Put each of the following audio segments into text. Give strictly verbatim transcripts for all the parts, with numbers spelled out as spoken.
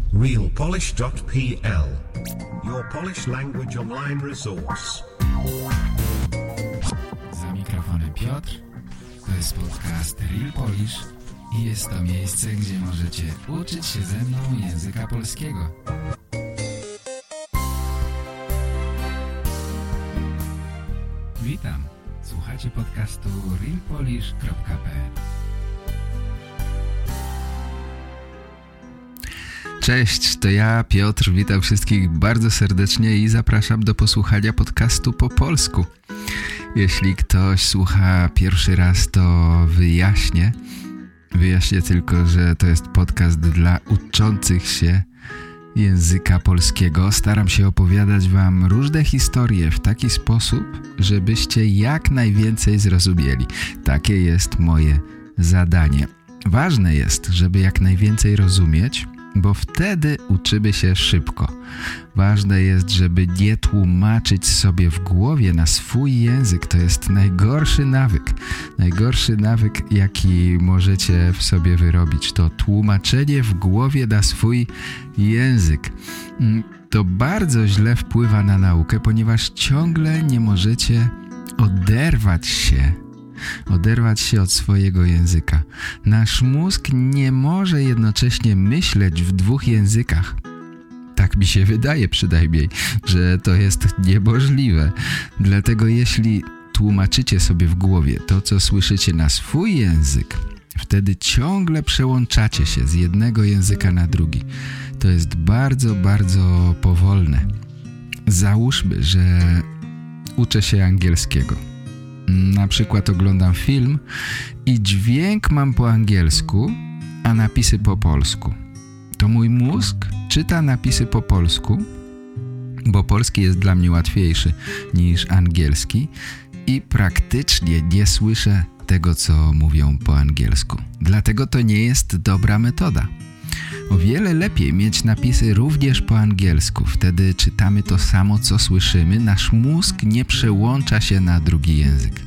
real polish dot p l, your Polish language online resource. Za mikrofonem Piotr, to jest podcast Real Polish i jest to miejsce, gdzie możecie uczyć się ze mną języka polskiego. Witam, słuchacie podcastu real polish kropka p l. Cześć, to ja, Piotr, witam wszystkich bardzo serdecznie i zapraszam do posłuchania podcastu po polsku. Jeśli ktoś słucha pierwszy raz, to wyjaśnię. Wyjaśnię tylko, że to jest podcast dla uczących się języka polskiego. Staram się opowiadać wam różne historie w taki sposób, żebyście jak najwięcej zrozumieli. Takie jest moje zadanie. Ważne jest, żeby jak najwięcej rozumieć, bo wtedy uczymy się szybko. Ważne jest, żeby nie tłumaczyć sobie w głowie na swój język. To jest najgorszy nawyk. Najgorszy nawyk, jaki możecie w sobie wyrobić, to tłumaczenie w głowie na swój język. To bardzo źle wpływa na naukę, ponieważ ciągle nie możecie oderwać się Oderwać się od swojego języka. Nasz mózg nie może jednocześnie myśleć w dwóch językach. Tak mi się wydaje przynajmniej, że to jest niemożliwe. Dlatego jeśli tłumaczycie sobie w głowie to, co słyszycie na swój język, wtedy ciągle przełączacie się z jednego języka na drugi. To jest bardzo, bardzo powolne. Załóżmy, że uczę się angielskiego. Na przykład oglądam film i dźwięk mam po angielsku, a napisy po polsku. To mój mózg czyta napisy po polsku, bo polski jest dla mnie łatwiejszy niż angielski i praktycznie nie słyszę tego, co mówią po angielsku. Dlatego to nie jest dobra metoda. O wiele lepiej mieć napisy również po angielsku. Wtedy czytamy to samo, co słyszymy. Nasz mózg nie przełącza się na drugi język.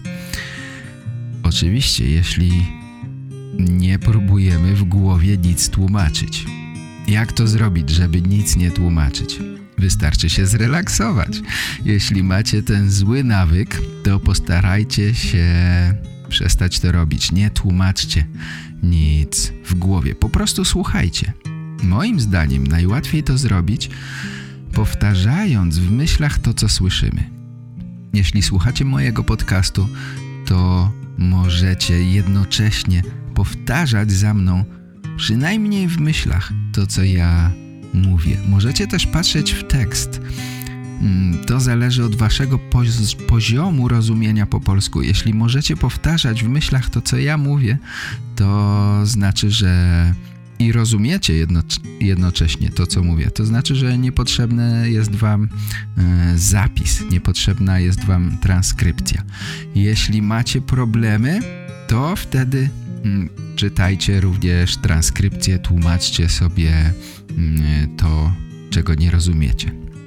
Oczywiście, jeśli nie próbujemy w głowie nic tłumaczyć. Jak to zrobić, żeby nic nie tłumaczyć? Wystarczy się zrelaksować. Jeśli macie ten zły nawyk, to postarajcie się przestać to robić. Nie tłumaczcie nic w głowie. Po prostu słuchajcie. Moim zdaniem najłatwiej to zrobić, powtarzając w myślach to, co słyszymy. Jeśli słuchacie mojego podcastu, to możecie jednocześnie powtarzać za mną, przynajmniej w myślach, to, co ja mówię. Możecie też patrzeć w tekst. To zależy od waszego poz- poziomu rozumienia po polsku. Jeśli możecie powtarzać w myślach to, co ja mówię, to znaczy, że i rozumiecie jedno- jednocześnie to, co mówię. To znaczy, że niepotrzebny jest wam e, zapis, niepotrzebna jest wam transkrypcja. Jeśli macie problemy, to wtedy mm, czytajcie również transkrypcję, tłumaczcie sobie mm, to, czego nie rozumiecie.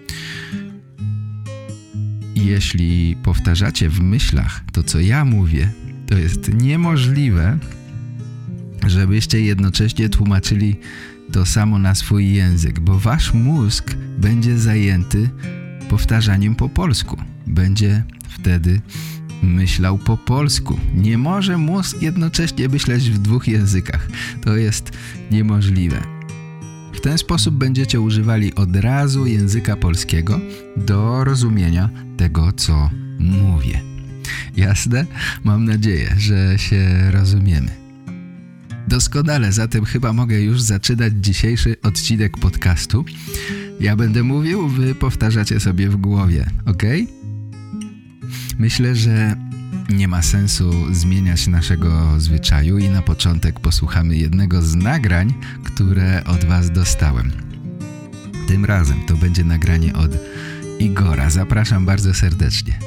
Jeśli powtarzacie w myślach to, co ja mówię, to jest niemożliwe, żebyście jednocześnie tłumaczyli to samo na swój język, bo wasz mózg będzie zajęty powtarzaniem po polsku. Będzie wtedy myślał po polsku. Nie może mózg jednocześnie myśleć w dwóch językach. To jest niemożliwe. W ten sposób będziecie używali od razu języka polskiego do rozumienia tego, co mówię. Jasne? Mam nadzieję, że się rozumiemy. Doskonale, zatem chyba mogę już zaczynać dzisiejszy odcinek podcastu. Ja będę mówił, wy powtarzacie sobie w głowie, ok? Myślę, że nie ma sensu zmieniać naszego zwyczaju i na początek posłuchamy jednego z nagrań, które od was dostałem. Tym razem to będzie nagranie od Igora. Zapraszam bardzo serdecznie.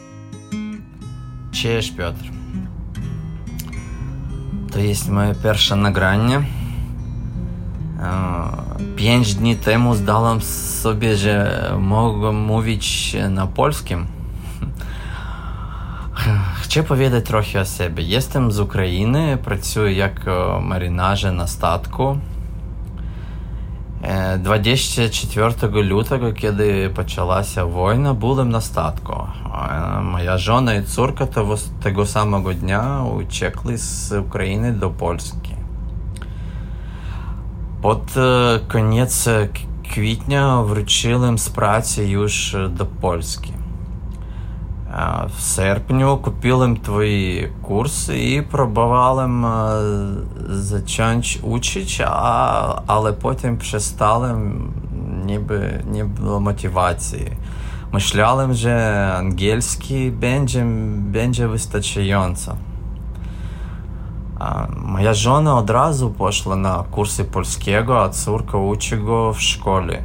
Cześć Piotr. To jest moje pierwsze nagranie. Pięć dni temu zdałem sobie, że mogę mówić na polskim. Chcę powiedzieć trochę o sobie. Jestem z України, працюю як маринажер на статку. двадцять четвертого лютого, kiedy почалася wojna, byłem na statku. Moja żona i córka tego, tego samego dnia uciekli z Ukrainy do Polski. Pod koniec kwietnia wróciłem z pracy już do Polski. W sierpniu kupiłem twój kurs i próbowałem zacząć uczyć, a, ale potem przestałem, niby nie było motywacji. Myślałem, że angielski będzie, będzie wystarczająco. Moja żona od razu poszła na kursy polskiego, a córka uczy go w szkole.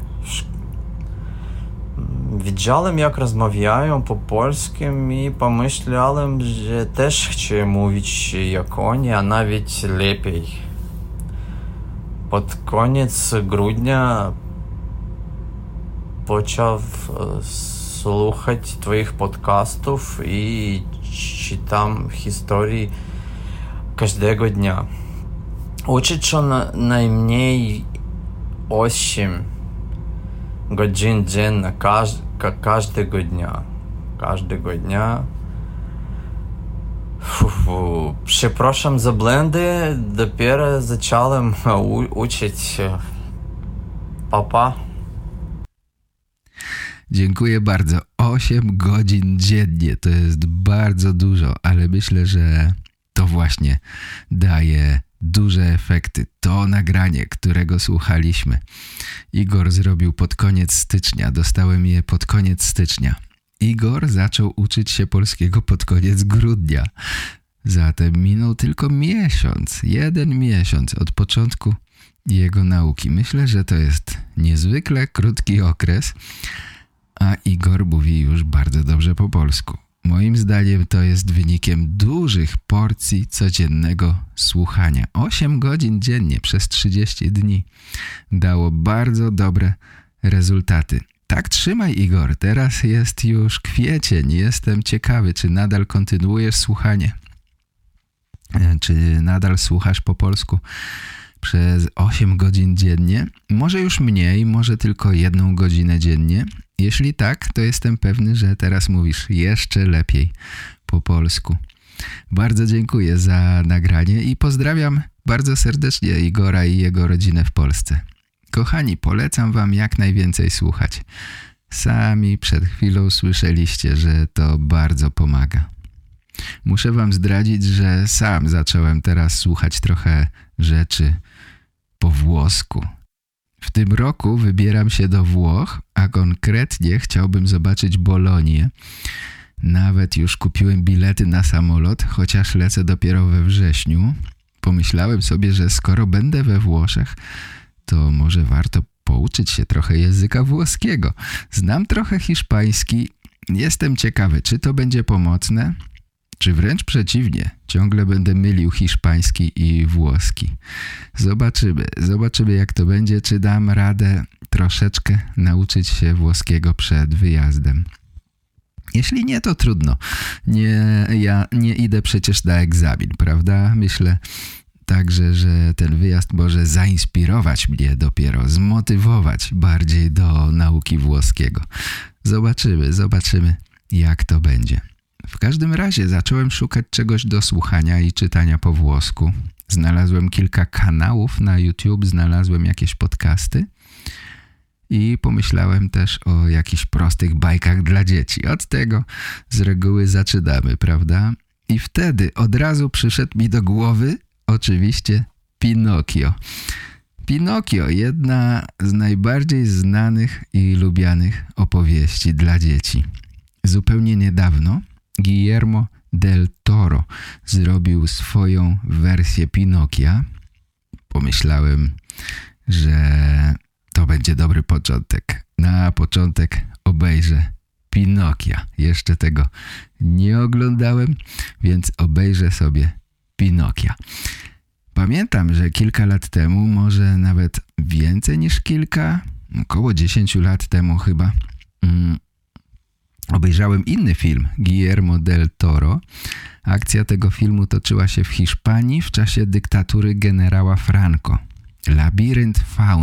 Widziałem, jak rozmawiają po polsku i pomyślałem, że też chcę mówić jak oni, a nawet lepiej. Pod koniec grudnia począł słuchać twoich podcastów i czytam historii każdego dnia. Uczyć on najmniej osiem godzin dziennie, każ, ka, każdego dnia. Każdego dnia. Fu, przepraszam za błędy, dopiero zacząłem u, uczyć. Papa. Dziękuję bardzo. osiem godzin dziennie to jest bardzo dużo, ale myślę, że to właśnie daje duże efekty. To nagranie, którego słuchaliśmy, Igor zrobił pod koniec stycznia. Dostałem je pod koniec stycznia. Igor zaczął uczyć się polskiego pod koniec grudnia. Zatem minął tylko miesiąc, jeden miesiąc od początku jego nauki. Myślę, że to jest niezwykle krótki okres, a Igor mówi już bardzo dobrze po polsku. Moim zdaniem to jest wynikiem dużych porcji codziennego słuchania. osiem godzin dziennie przez trzydzieści dni dało bardzo dobre rezultaty. Tak trzymaj, Igor. Teraz jest już kwiecień. Jestem ciekawy, czy nadal kontynuujesz słuchanie. Czy nadal słuchasz po polsku przez osiem godzin dziennie? Może już mniej, może tylko jedną godzinę dziennie. Jeśli tak, to jestem pewny, że teraz mówisz jeszcze lepiej po polsku. Bardzo dziękuję za nagranie i pozdrawiam bardzo serdecznie Igora i jego rodzinę w Polsce. Kochani, polecam wam jak najwięcej słuchać. Sami przed chwilą słyszeliście, że to bardzo pomaga. Muszę wam zdradzić, że sam zacząłem teraz słuchać trochę rzeczy po włosku. W tym roku wybieram się do Włoch, a konkretnie chciałbym zobaczyć Bolonię. Nawet już kupiłem bilety na samolot, chociaż lecę dopiero we wrześniu. Pomyślałem sobie, że skoro będę we Włoszech, to może warto pouczyć się trochę języka włoskiego. Znam trochę hiszpański. Jestem ciekawy, czy to będzie pomocne, czy wręcz przeciwnie, ciągle będę mylił hiszpański i włoski. Zobaczymy, zobaczymy jak to będzie, czy dam radę troszeczkę nauczyć się włoskiego przed wyjazdem. Jeśli nie, to trudno. Nie, ja nie idę przecież na egzamin, prawda? Myślę także, że ten wyjazd może zainspirować mnie dopiero, zmotywować bardziej do nauki włoskiego. Zobaczymy, zobaczymy jak to będzie. W każdym razie zacząłem szukać czegoś do słuchania i czytania po włosku. Znalazłem kilka kanałów na YouTube, znalazłem jakieś podcasty i pomyślałem też o jakichś prostych bajkach dla dzieci. Od tego z reguły zaczynamy, prawda? I wtedy od razu przyszedł mi do głowy oczywiście Pinokio. Pinokio, jedna z najbardziej znanych i lubianych opowieści dla dzieci. Zupełnie niedawno Guillermo del Toro zrobił swoją wersję Pinokia. Pomyślałem, że to będzie dobry początek. Na początek obejrzę Pinokia. Jeszcze tego nie oglądałem, więc obejrzę sobie Pinokia. Pamiętam, że kilka lat temu, może nawet więcej niż kilka, około dziesięciu lat temu chyba, mm, obejrzałem inny film Guillermo del Toro. Akcja tego filmu toczyła się w Hiszpanii w czasie dyktatury generała Franco. Labirynt Fauna,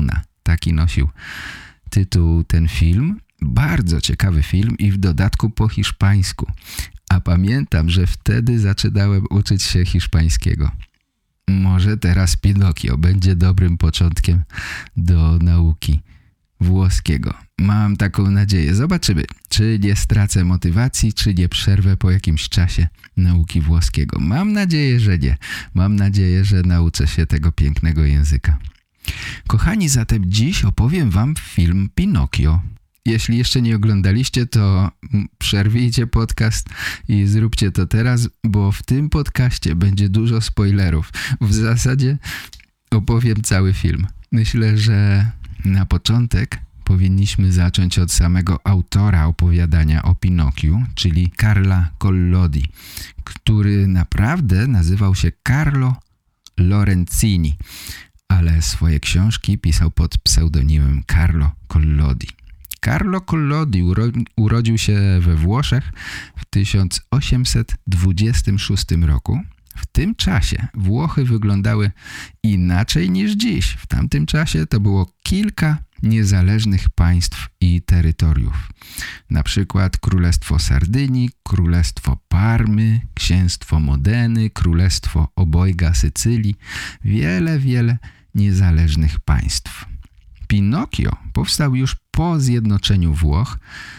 taki nosił tytuł ten film. Bardzo ciekawy film i w dodatku po hiszpańsku. A pamiętam, że wtedy zaczynałem uczyć się hiszpańskiego. Może teraz Pinokio będzie dobrym początkiem do nauki włoskiego. Mam taką nadzieję. Zobaczymy, czy nie stracę motywacji, czy nie przerwę po jakimś czasie nauki włoskiego. Mam nadzieję, że nie. Mam nadzieję, że nauczę się tego pięknego języka. Kochani, zatem dziś opowiem wam film Pinokio. Jeśli jeszcze nie oglądaliście, to przerwijcie podcast i zróbcie to teraz, bo w tym podcaście będzie dużo spoilerów. W zasadzie opowiem cały film. Myślę, że na początek powinniśmy zacząć od samego autora opowiadania o Pinokiu, czyli Carla Collodi, który naprawdę nazywał się Carlo Lorenzini, ale swoje książki pisał pod pseudonimem Carlo Collodi. Carlo Collodi uro- urodził się we Włoszech w tysiąc osiemset dwudziestym szóstym roku. W tym czasie Włochy wyglądały inaczej niż dziś. W tamtym czasie to było kilka niezależnych państw i terytoriów. Na przykład Królestwo Sardynii, Królestwo Parmy, Księstwo Modeny, Królestwo Obojga Sycylii. Wiele, wiele niezależnych państw. Pinokio powstał już po zjednoczeniu Włoch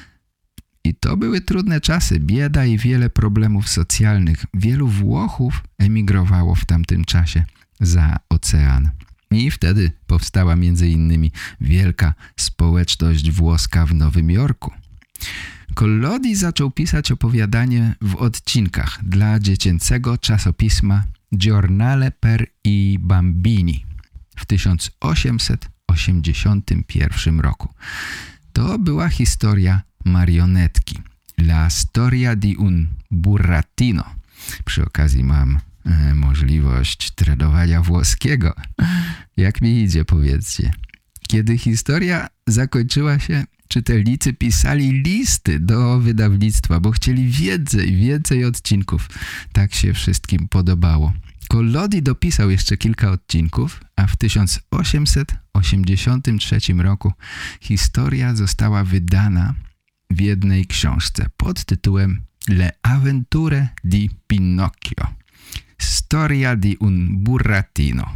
i to były trudne czasy, bieda i wiele problemów socjalnych. Wielu Włochów emigrowało w tamtym czasie za ocean. I wtedy powstała między innymi wielka społeczność włoska w Nowym Jorku. Collodi zaczął pisać opowiadanie w odcinkach dla dziecięcego czasopisma Giornale per i Bambini w tysiąc osiemset osiemdziesiątym pierwszym roku. To była historia marionetki. La storia di un burattino. Przy okazji mam e, możliwość trenowania włoskiego. Jak mi idzie, powiedzcie. Kiedy historia zakończyła się, czytelnicy pisali listy do wydawnictwa, bo chcieli więcej, więcej odcinków. Tak się wszystkim podobało. Collodi dopisał jeszcze kilka odcinków, a w tysiąc osiemset osiemdziesiątym trzecim roku historia została wydana w jednej książce pod tytułem Le avventure di Pinocchio. Storia di un burattino.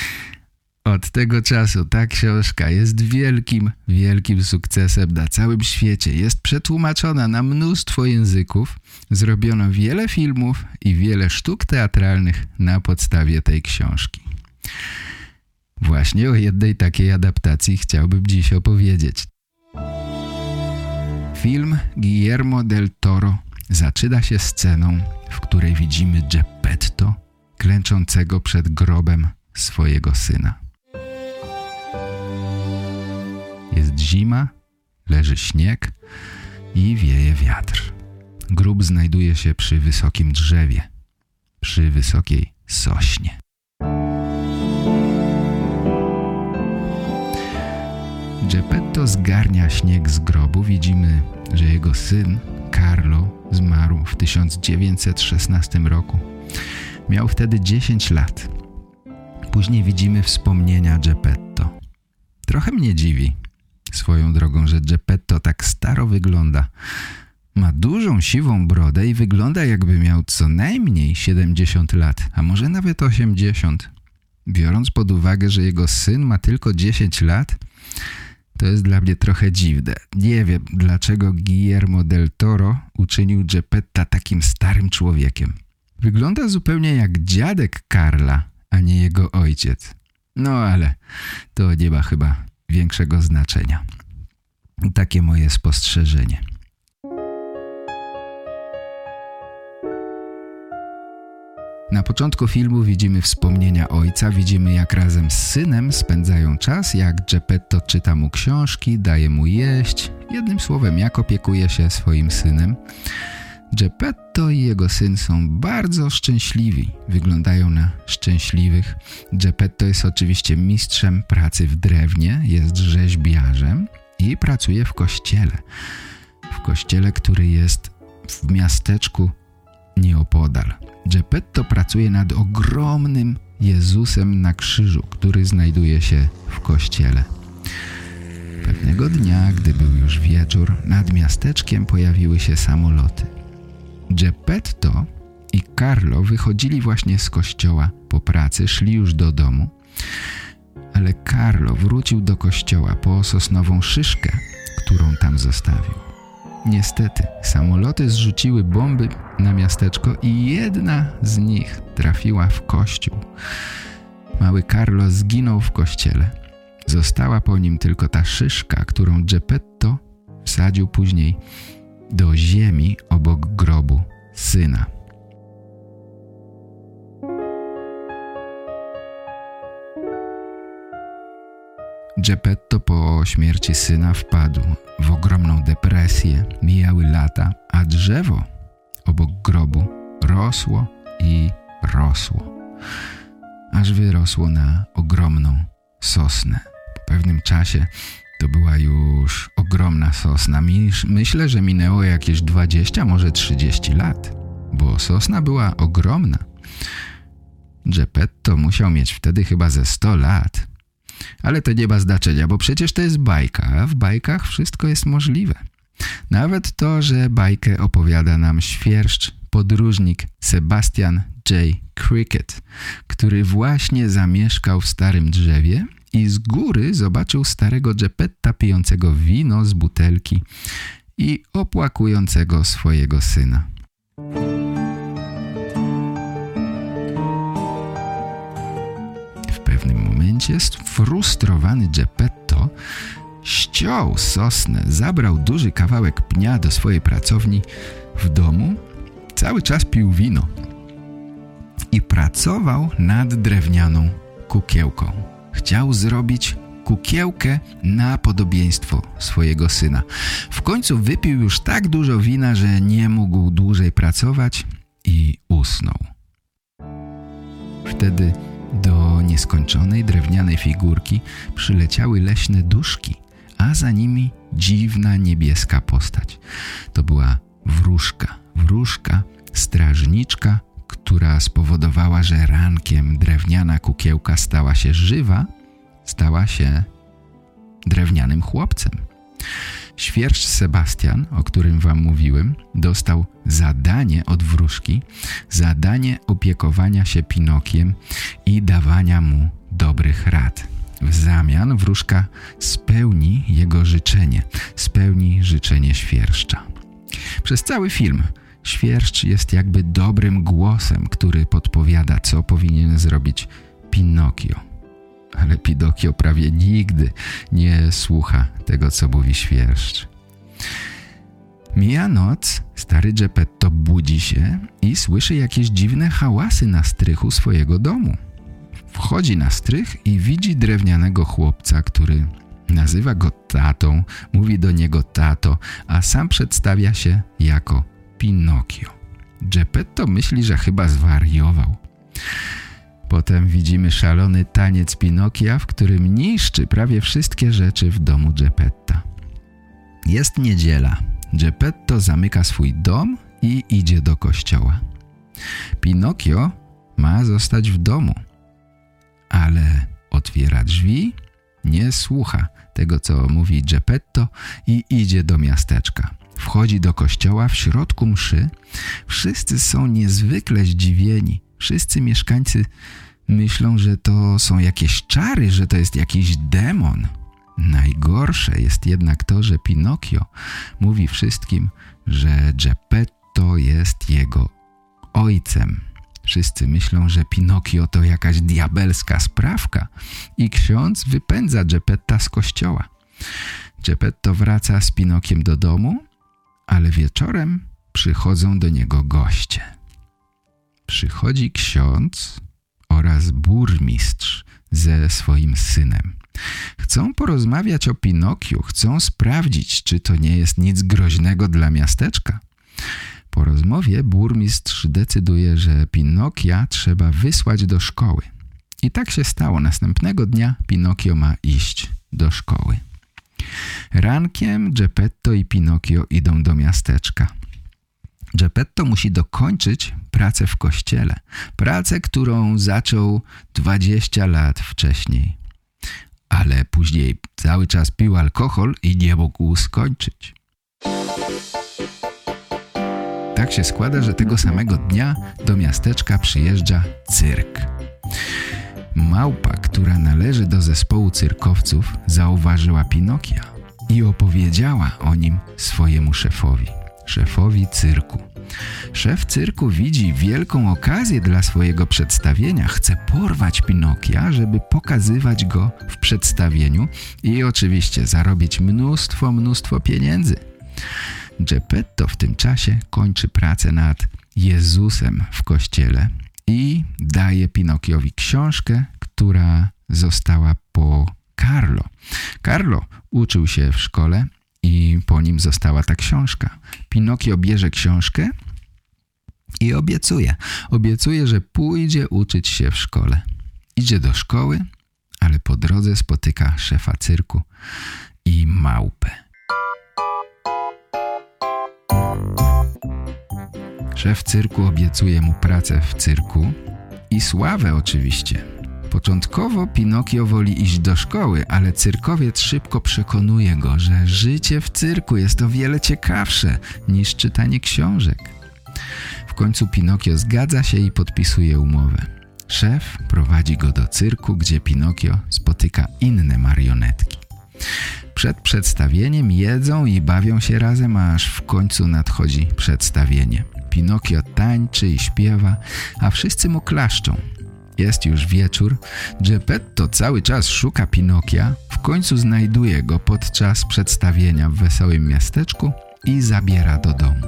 Od tego czasu ta książka jest wielkim, wielkim sukcesem na całym świecie. Jest przetłumaczona na mnóstwo języków. Zrobiono wiele filmów i wiele sztuk teatralnych na podstawie tej książki. Właśnie o jednej takiej adaptacji chciałbym dziś opowiedzieć. Film Guillermo del Toro zaczyna się sceną, w której widzimy Geppetto klęczącego przed grobem swojego syna. Jest zima, leży śnieg i wieje wiatr. Grób znajduje się przy wysokim drzewie, przy wysokiej sośnie. Geppetto zgarnia śnieg z grobu. Widzimy, że jego syn Carlo zmarł w tysiąc dziewięćset szesnastym roku. Miał wtedy dziesięć lat. Później widzimy wspomnienia Geppetto. Trochę mnie dziwi swoją drogą, że Geppetto tak staro wygląda. Ma dużą siwą brodę i wygląda, jakby miał co najmniej siedemdziesiąt lat, a może nawet osiemdziesiąt. Biorąc pod uwagę, że jego syn ma tylko dziesięć lat, to jest dla mnie trochę dziwne. Nie wiem, dlaczego Guillermo del Toro uczynił Geppetta takim starym człowiekiem. Wygląda zupełnie jak dziadek Carla, a nie jego ojciec. No ale to nie ma chyba większego znaczenia. Takie moje spostrzeżenie. Na początku filmu widzimy wspomnienia ojca, widzimy jak razem z synem spędzają czas, jak Geppetto czyta mu książki, daje mu jeść. Jednym słowem, jak opiekuje się swoim synem. Geppetto i jego syn są bardzo szczęśliwi, wyglądają na szczęśliwych. Geppetto jest oczywiście mistrzem pracy w drewnie, jest rzeźbiarzem i pracuje w kościele. W kościele, który jest w miasteczku nieopodal. Geppetto pracuje nad ogromnym Jezusem na krzyżu, który znajduje się w kościele. Pewnego dnia, gdy był już wieczór, nad miasteczkiem pojawiły się samoloty. Geppetto i Carlo wychodzili właśnie z kościoła po pracy, szli już do domu, ale Carlo wrócił do kościoła po sosnową szyszkę, którą tam zostawił. Niestety, samoloty zrzuciły bomby na miasteczko i jedna z nich trafiła w kościół. Mały Carlo zginął w kościele. Została po nim tylko ta szyszka, którą Geppetto wsadził później do ziemi obok grobu syna. Geppetto po śmierci syna wpadł w ogromną depresję. Mijały lata, a drzewo obok grobu rosło i rosło, aż wyrosło na ogromną sosnę. Po pewnym czasie to była już ogromna sosna. Myślę, że minęło jakieś dwadzieścia, może trzydzieści lat, bo sosna była ogromna. Geppetto musiał mieć wtedy chyba ze sto lat. Ale to nie ma znaczenia, bo przecież to jest bajka, a w bajkach wszystko jest możliwe. Nawet to, że bajkę opowiada nam świerszcz, podróżnik Sebastian J. Cricket, który właśnie zamieszkał w starym drzewie i z góry zobaczył starego Geppetta pijącego wino z butelki i opłakującego swojego syna. W pewnym momencie sfrustrowany Geppetto ściął sosnę, zabrał duży kawałek pnia do swojej pracowni w domu, cały czas pił wino i pracował nad drewnianą kukiełką. Chciał zrobić kukiełkę na podobieństwo swojego syna. W końcu wypił już tak dużo wina, że nie mógł dłużej pracować i usnął. Wtedy do nieskończonej drewnianej figurki przyleciały leśne duszki, a za nimi dziwna niebieska postać. To była wróżka. Wróżka, strażniczka, która spowodowała, że rankiem drewniana kukiełka stała się żywa, stała się drewnianym chłopcem. Świerszcz Sebastian, o którym wam mówiłem, dostał zadanie od wróżki, zadanie opiekowania się Pinokiem i dawania mu dobrych rad. W zamian wróżka spełni jego życzenie, spełni życzenie świerszcza. Przez cały film świerszcz jest jakby dobrym głosem, który podpowiada, co powinien zrobić Pinokio. Ale Pinokio prawie nigdy nie słucha tego, co mówi świerszcz. Mija noc, stary Geppetto budzi się i słyszy jakieś dziwne hałasy na strychu swojego domu. Wchodzi na strych i widzi drewnianego chłopca, który nazywa go tatą, mówi do niego tato, a sam przedstawia się jako Pinokio. Geppetto myśli, że chyba zwariował. Potem widzimy szalony taniec Pinokia, w którym niszczy prawie wszystkie rzeczy w domu Geppetta. Jest niedziela. Geppetto zamyka swój dom i idzie do kościoła. Pinokio ma zostać w domu, ale otwiera drzwi, nie słucha tego, co mówi Geppetto i idzie do miasteczka. Wchodzi do kościoła w środku mszy. Wszyscy są niezwykle zdziwieni. Wszyscy mieszkańcy myślą, że to są jakieś czary, że to jest jakiś demon. Najgorsze jest jednak to, że Pinokio mówi wszystkim, że Geppetto jest jego ojcem. Wszyscy myślą, że Pinokio to jakaś diabelska sprawka i ksiądz wypędza Geppetta z kościoła. Geppetto wraca z Pinokiem do domu, ale wieczorem przychodzą do niego goście. Przychodzi ksiądz oraz burmistrz ze swoim synem. Chcą porozmawiać o Pinokiu, chcą sprawdzić, czy to nie jest nic groźnego dla miasteczka. Po rozmowie burmistrz decyduje, że Pinokia trzeba wysłać do szkoły. I tak się stało. Następnego dnia Pinokio ma iść do szkoły. Rankiem Geppetto i Pinokio idą do miasteczka. Geppetto musi dokończyć pracę w kościele. Pracę, którą zaczął dwadzieścia lat wcześniej. Ale później Cały czas pił alkohol i nie mógł skończyć. Tak się składa, że tego samego dnia do miasteczka przyjeżdża cyrk. Małpa, która należy do zespołu cyrkowców, zauważyła Pinokia i opowiedziała o nim swojemu szefowi, szefowi cyrku. Szef cyrku widzi wielką okazję dla swojego przedstawienia. Chce porwać Pinokia, żeby pokazywać go w przedstawieniu i oczywiście zarobić mnóstwo, mnóstwo pieniędzy. Geppetto w tym czasie kończy pracę nad Jezusem w kościele i daje Pinokiowi książkę, która została po Carlo. Carlo uczył się w szkole i po nim została ta książka. Pinokio bierze książkę i obiecuje. Obiecuje, że pójdzie uczyć się w szkole. Idzie do szkoły, ale po drodze spotyka szefa cyrku i małpę. Szef cyrku obiecuje mu pracę w cyrku i sławę oczywiście. Początkowo Pinokio woli iść do szkoły, ale cyrkowiec szybko przekonuje go, że życie w cyrku jest o wiele ciekawsze niż czytanie książek. W końcu Pinokio zgadza się i podpisuje umowę. Szef prowadzi go do cyrku, gdzie Pinokio spotyka inne marionetki. Przed przedstawieniem jedzą i bawią się razem, aż w końcu nadchodzi przedstawienie. Pinokio tańczy i śpiewa, a wszyscy mu klaszczą. Jest już wieczór. Geppetto cały czas szuka Pinokia. W końcu znajduje go podczas przedstawienia w wesołym miasteczku i zabiera do domu.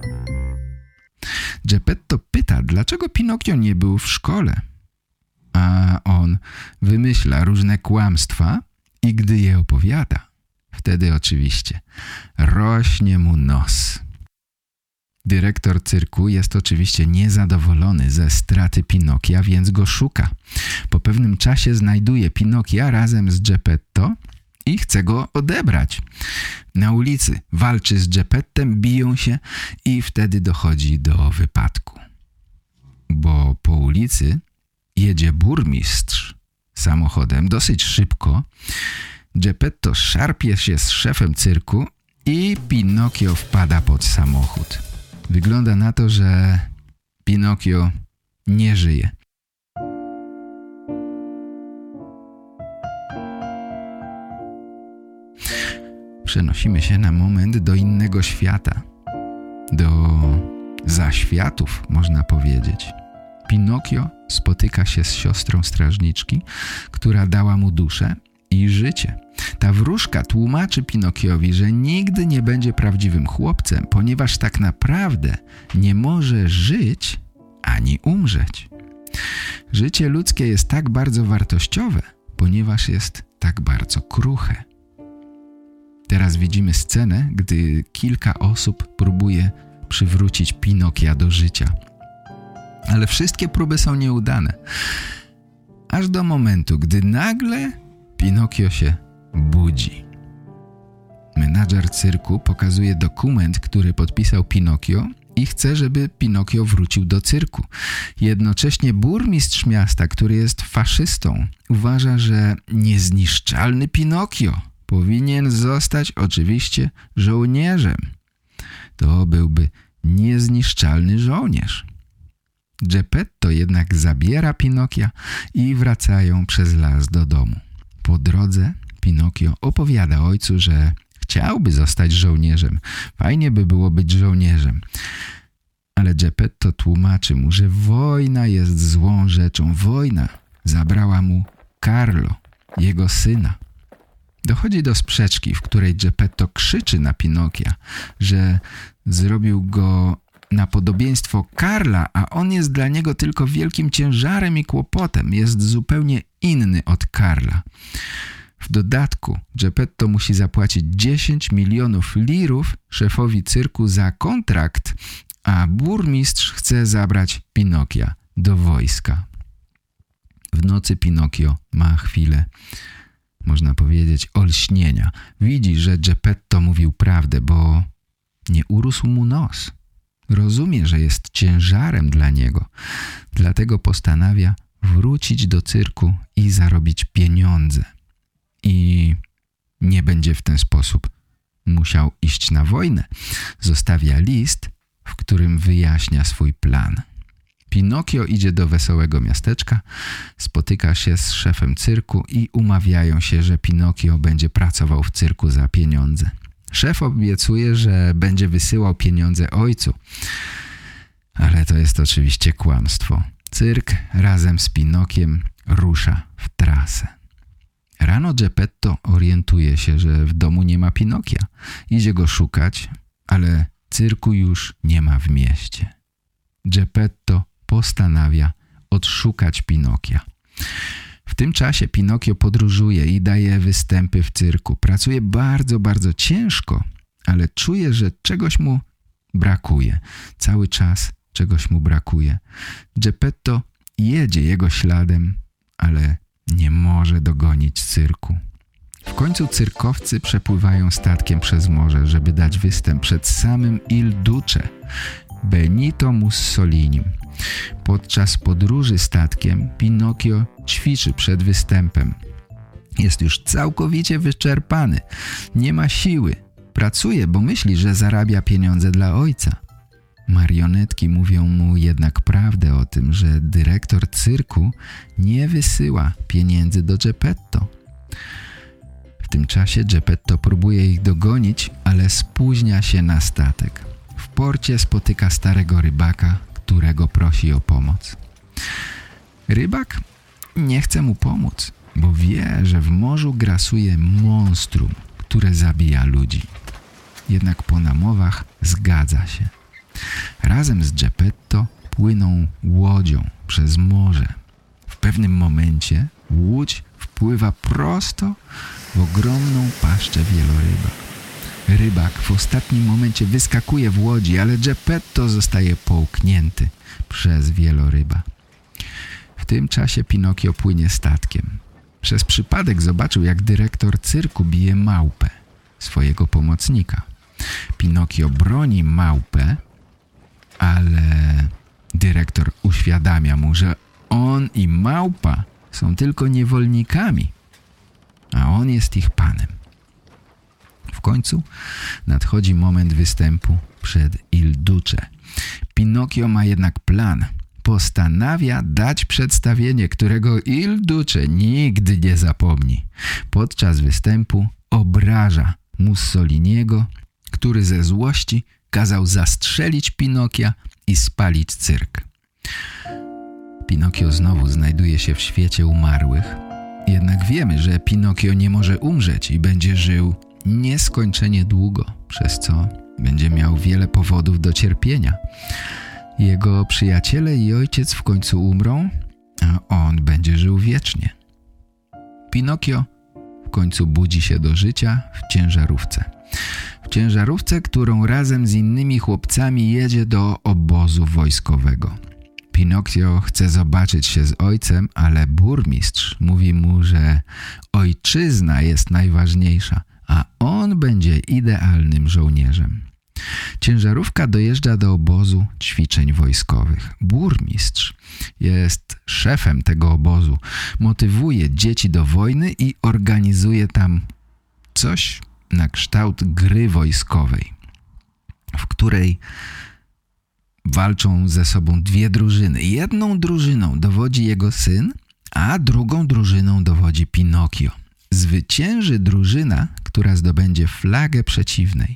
Geppetto pyta, dlaczego Pinokio nie był w szkole. A on wymyśla różne kłamstwa i gdy je opowiada, wtedy oczywiście rośnie mu nos. Dyrektor cyrku jest oczywiście niezadowolony ze straty Pinokia, więc go szuka. Po pewnym czasie znajduje Pinokia razem z Geppetto i chce go odebrać. Na ulicy walczy z Geppettem, biją się i wtedy dochodzi do wypadku. Bo po ulicy jedzie burmistrz samochodem dosyć szybko. Geppetto szarpie się z szefem cyrku i Pinokio wpada pod samochód. Wygląda na to, że Pinokio nie żyje. Przenosimy się na moment do innego świata. Do zaświatów, można powiedzieć. Pinokio spotyka się z siostrą strażniczki, która dała mu duszę i życie. Ta wróżka tłumaczy Pinokiowi, że nigdy nie będzie prawdziwym chłopcem, ponieważ tak naprawdę nie może żyć ani umrzeć. Życie ludzkie jest tak bardzo wartościowe, ponieważ jest tak bardzo kruche. Teraz widzimy scenę, gdy kilka osób próbuje przywrócić Pinokia do życia. Ale wszystkie próby są nieudane. Aż do momentu, gdy nagle Pinokio się budzi. Menadżer cyrku pokazuje dokument, który podpisał Pinokio i chce, żeby Pinokio wrócił do cyrku. Jednocześnie burmistrz miasta, który jest faszystą, uważa, że niezniszczalny Pinokio powinien zostać oczywiście żołnierzem. To byłby niezniszczalny żołnierz. Geppetto jednak zabiera Pinokia i wracają przez las do domu. Po drodze Pinokio opowiada ojcu, że chciałby zostać żołnierzem. Fajnie by było być żołnierzem. Ale Geppetto tłumaczy mu, że wojna jest złą rzeczą. Wojna zabrała mu Carlo, jego syna. Dochodzi do sprzeczki, w której Geppetto krzyczy na Pinokia, że zrobił go na podobieństwo Karla, a on jest dla niego tylko wielkim ciężarem i kłopotem. Jest zupełnie inny od Karla. W dodatku Geppetto musi zapłacić dziesięć milionów lirów szefowi cyrku za kontrakt, a burmistrz chce zabrać Pinokia do wojska. W nocy Pinokio ma chwilę, można powiedzieć, olśnienia. Widzi, że Geppetto mówił prawdę, bo nie urósł mu nos. Rozumie, że jest ciężarem dla niego. Dlatego postanawia wrócić do cyrku i zarobić pieniądze. I nie będzie w ten sposób musiał iść na wojnę, zostawia list, w którym wyjaśnia swój plan. Pinokio idzie do wesołego miasteczka, spotyka się z szefem cyrku i umawiają się, że Pinokio będzie pracował w cyrku za pieniądze. Szef obiecuje, że będzie wysyłał pieniądze ojcu, ale to jest oczywiście kłamstwo. Cyrk razem z Pinokiem rusza w trasę. Rano Geppetto orientuje się, że w domu nie ma Pinokia. Idzie go szukać, ale cyrku już nie ma w mieście. Geppetto postanawia odszukać Pinokia. W tym czasie Pinokio podróżuje i daje występy w cyrku. Pracuje bardzo, bardzo ciężko, ale czuje, że czegoś mu brakuje. Cały czas czegoś mu brakuje. Geppetto jedzie jego śladem, ale nie może dogonić cyrku. W końcu cyrkowcy przepływają statkiem przez morze, żeby dać występ przed samym Il Duce, Benito Mussolinim. Podczas podróży statkiem Pinokio ćwiczy przed występem. Jest już całkowicie wyczerpany. Nie ma siły. Pracuje, bo myśli, że zarabia pieniądze dla ojca. Marionetki mówią mu jednak prawdę o tym, że dyrektor cyrku nie wysyła pieniędzy do Geppetto. W tym czasie Geppetto próbuje ich dogonić, ale spóźnia się na statek. W porcie spotyka starego rybaka, którego prosi o pomoc. Rybak nie chce mu pomóc, bo wie, że w morzu grasuje monstrum, które zabija ludzi. Jednak po namowach zgadza się. Razem z Geppetto płyną łodzią przez morze. W pewnym momencie łódź wpływa prosto w ogromną paszczę wieloryba. Rybak w ostatnim momencie wyskakuje w łodzi, ale Geppetto zostaje połknięty przez wieloryba. W tym czasie Pinokio płynie statkiem. Przez przypadek zobaczył, jak dyrektor cyrku bije małpę, swojego pomocnika. Pinokio broni małpę, ale dyrektor uświadamia mu, że on i małpa są tylko niewolnikami, a on jest ich panem. W końcu nadchodzi moment występu przed Il Duce. Pinokio ma jednak plan. Postanawia dać przedstawienie, którego Il Duce nigdy nie zapomni. Podczas występu obraża Mussoliniego, który ze złości kazał zastrzelić Pinokia i spalić cyrk. Pinokio znowu znajduje się w świecie umarłych. Jednak wiemy, że Pinokio nie może umrzeć i będzie żył nieskończenie długo, przez co będzie miał wiele powodów do cierpienia. Jego przyjaciele i ojciec w końcu umrą, a on będzie żył wiecznie. Pinokio w końcu budzi się do życia w ciężarówce. W ciężarówce, którą razem z innymi chłopcami jedzie do obozu wojskowego. Pinokio chce zobaczyć się z ojcem, ale burmistrz mówi mu, że ojczyzna jest najważniejsza, a on będzie idealnym żołnierzem. Ciężarówka dojeżdża do obozu ćwiczeń wojskowych. Burmistrz jest szefem tego obozu. Motywuje dzieci do wojny i organizuje tam coś na kształt gry wojskowej, w której walczą ze sobą dwie drużyny. Jedną drużyną dowodzi jego syn, a drugą drużyną dowodzi Pinokio. Zwycięży drużyna, która zdobędzie flagę przeciwnej.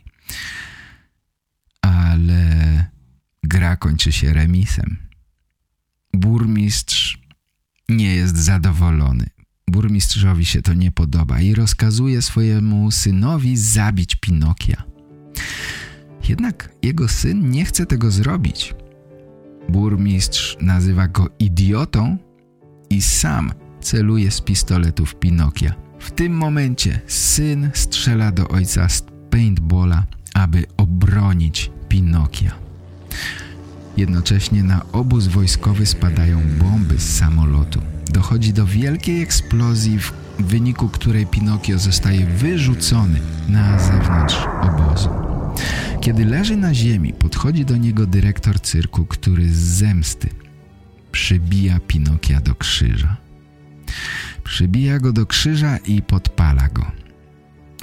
Ale gra kończy się remisem. Burmistrz nie jest zadowolony. Burmistrzowi się to nie podoba i rozkazuje swojemu synowi zabić Pinokia. Jednak jego syn nie chce tego zrobić. Burmistrz nazywa go idiotą i sam celuje z pistoletu w Pinokia. W tym momencie syn strzela do ojca z paintballa, aby obronić Pinokia. Jednocześnie na obóz wojskowy spadają bomby z samolotu. Dochodzi do wielkiej eksplozji, w wyniku której Pinokio zostaje wyrzucony na zewnątrz obozu. Kiedy leży na ziemi, podchodzi do niego dyrektor cyrku, który z zemsty przybija Pinokia do krzyża. Przybija go do krzyża i podpala go.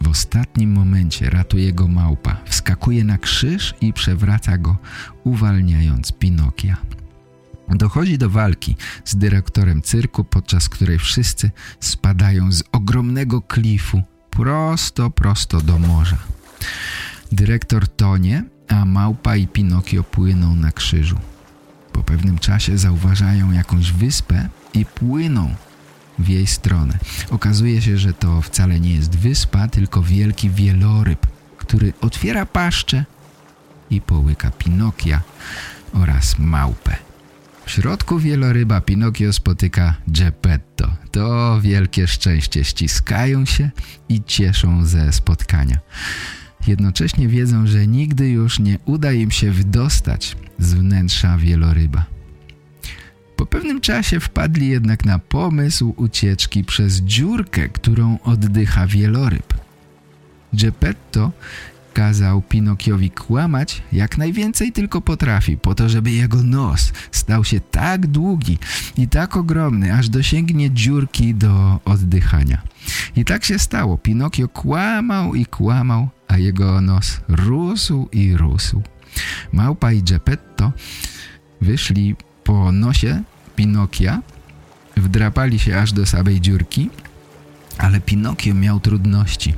W ostatnim momencie ratuje go małpa, wskakuje na krzyż i przewraca go, uwalniając Pinokia. Dochodzi do walki z dyrektorem cyrku, podczas której wszyscy spadają z ogromnego klifu prosto, prosto do morza. Dyrektor tonie, a małpa i Pinokio płyną na krzyżu. Po pewnym czasie zauważają jakąś wyspę i płyną w jej stronę. Okazuje się, że to wcale nie jest wyspa, tylko wielki wieloryb, który otwiera paszczę i połyka Pinokia oraz małpę. W środku wieloryba Pinokio spotyka Geppetto. To wielkie szczęście. Ściskają się i cieszą ze spotkania. Jednocześnie wiedzą, że nigdy już nie uda im się wydostać z wnętrza wieloryba. Po pewnym czasie wpadli jednak na pomysł ucieczki przez dziurkę, którą oddycha wieloryb. Geppetto kazał Pinokiowi kłamać jak najwięcej tylko potrafi, po to, żeby jego nos stał się tak długi i tak ogromny, aż dosięgnie dziurki do oddychania. I tak się stało. Pinokio kłamał i kłamał, a jego nos rósł i rósł. Małpa i Geppetto wyszli po nosie Pinokia, wdrapali się aż do samej dziurki, ale Pinokio miał trudności.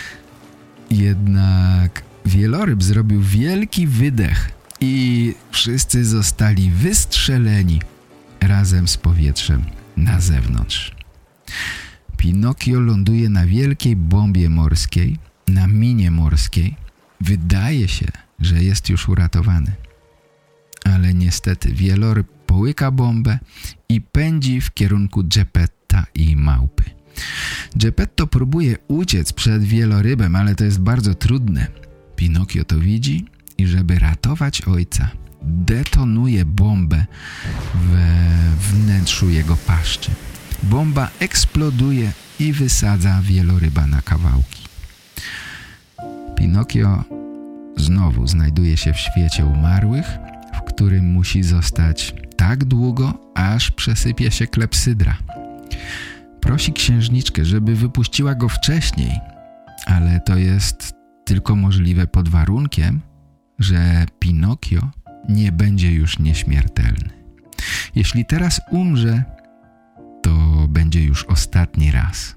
Jednak wieloryb zrobił wielki wydech i wszyscy zostali wystrzeleni razem z powietrzem na zewnątrz. Pinokio ląduje na wielkiej bombie morskiej, na minie morskiej. Wydaje się, że jest już uratowany. Ale niestety wieloryb połyka bombę i pędzi w kierunku Geppetta i małpy. Geppetto próbuje uciec przed wielorybem, ale to jest bardzo trudne. Pinokio to widzi i żeby ratować ojca, detonuje bombę we wnętrzu jego paszczy. Bomba eksploduje i wysadza wieloryba na kawałki. Pinokio znowu znajduje się w świecie umarłych, w którym musi zostać tak długo, aż przesypie się klepsydra. Prosi księżniczkę, żeby wypuściła go wcześniej, ale to jest tylko możliwe pod warunkiem, że Pinokio nie będzie już nieśmiertelny. Jeśli teraz umrze, to będzie już ostatni raz.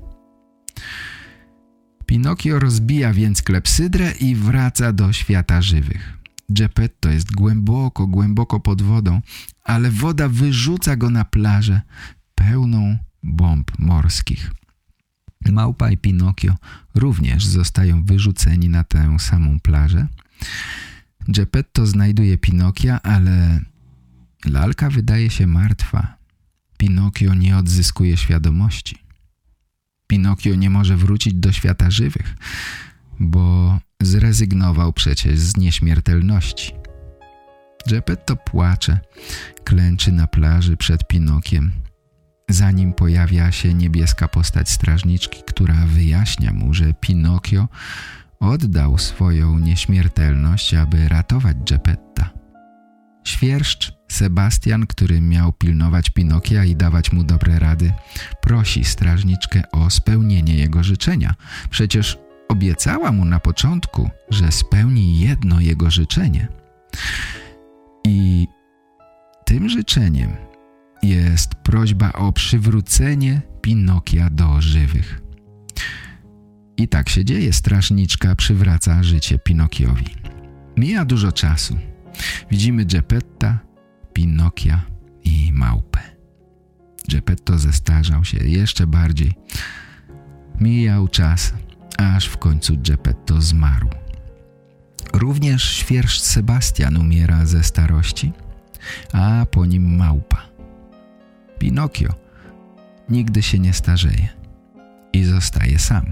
Pinokio rozbija więc klepsydrę i wraca do świata żywych. Geppetto jest głęboko, głęboko pod wodą, ale woda wyrzuca go na plażę pełną bomb morskich. Małpa i Pinokio również zostają wyrzuceni na tę samą plażę. Geppetto znajduje Pinokia, ale lalka wydaje się martwa. Pinokio nie odzyskuje świadomości. Pinokio nie może wrócić do świata żywych, bo zrezygnował przecież z nieśmiertelności. Geppetto płacze, klęczy na plaży przed Pinokiem. Za nim pojawia się niebieska postać strażniczki, która wyjaśnia mu, że Pinokio oddał swoją nieśmiertelność, aby ratować Geppetta. Świerszcz Sebastian, który miał pilnować Pinokia i dawać mu dobre rady, prosi strażniczkę o spełnienie jego życzenia. Przecież obiecała mu na początku, że spełni jedno jego życzenie. I tym życzeniem jest prośba o przywrócenie Pinokia do żywych. I tak się dzieje. Strażniczka przywraca życie Pinokiowi. Mija dużo czasu. Widzimy Geppetta, Pinokia i małpę. Geppetto zestarzał się jeszcze bardziej. Mijał czas, aż w końcu Geppetto zmarł. Również świerszcz Sebastian umiera ze starości, a po nim małpa. Pinokio nigdy się nie starzeje i zostaje sam.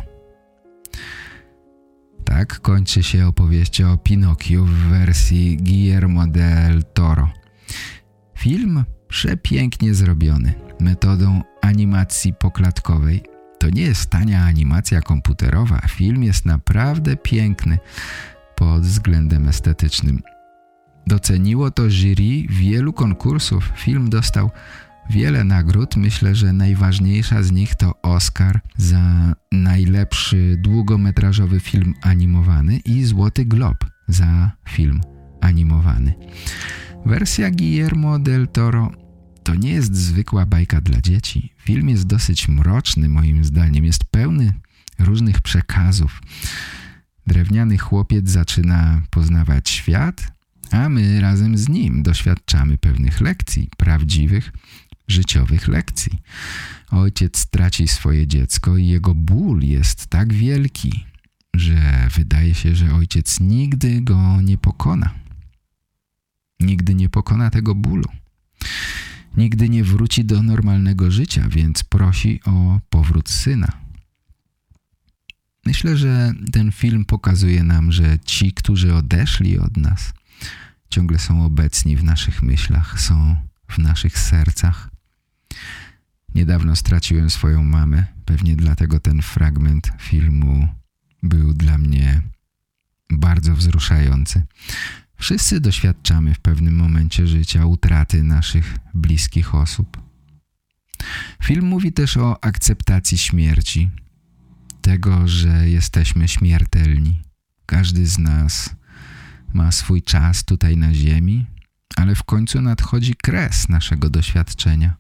Tak kończy się opowieść o Pinokiu w wersji Guillermo del Toro. Film przepięknie zrobiony metodą animacji poklatkowej. To nie jest tania animacja komputerowa. Film jest naprawdę piękny pod względem estetycznym. Doceniło to jury wielu konkursów. Film dostał wiele nagród. Myślę, że najważniejsza z nich to Oscar za najlepszy długometrażowy film animowany i Złoty Glob za film animowany. Wersja Guillermo del Toro to nie jest zwykła bajka dla dzieci. Film jest dosyć mroczny moim zdaniem, jest pełny różnych przekazów. Drewniany chłopiec zaczyna poznawać świat, a my razem z nim doświadczamy pewnych lekcji, prawdziwych, życiowych lekcji. Ojciec traci swoje dziecko i jego ból jest tak wielki, że wydaje się, że ojciec nigdy go nie pokona. Nigdy nie pokona tego bólu. Nigdy nie wróci do normalnego życia, więc prosi o powrót syna. Myślę, że ten film pokazuje nam, że ci, którzy odeszli od nas, ciągle są obecni w naszych myślach, są w naszych sercach. Niedawno straciłem swoją mamę, pewnie dlatego ten fragment filmu był dla mnie bardzo wzruszający. Wszyscy doświadczamy w pewnym momencie życia utraty naszych bliskich osób. Film mówi też o akceptacji śmierci, tego, że jesteśmy śmiertelni. Każdy z nas ma swój czas tutaj na ziemi, ale w końcu nadchodzi kres naszego doświadczenia.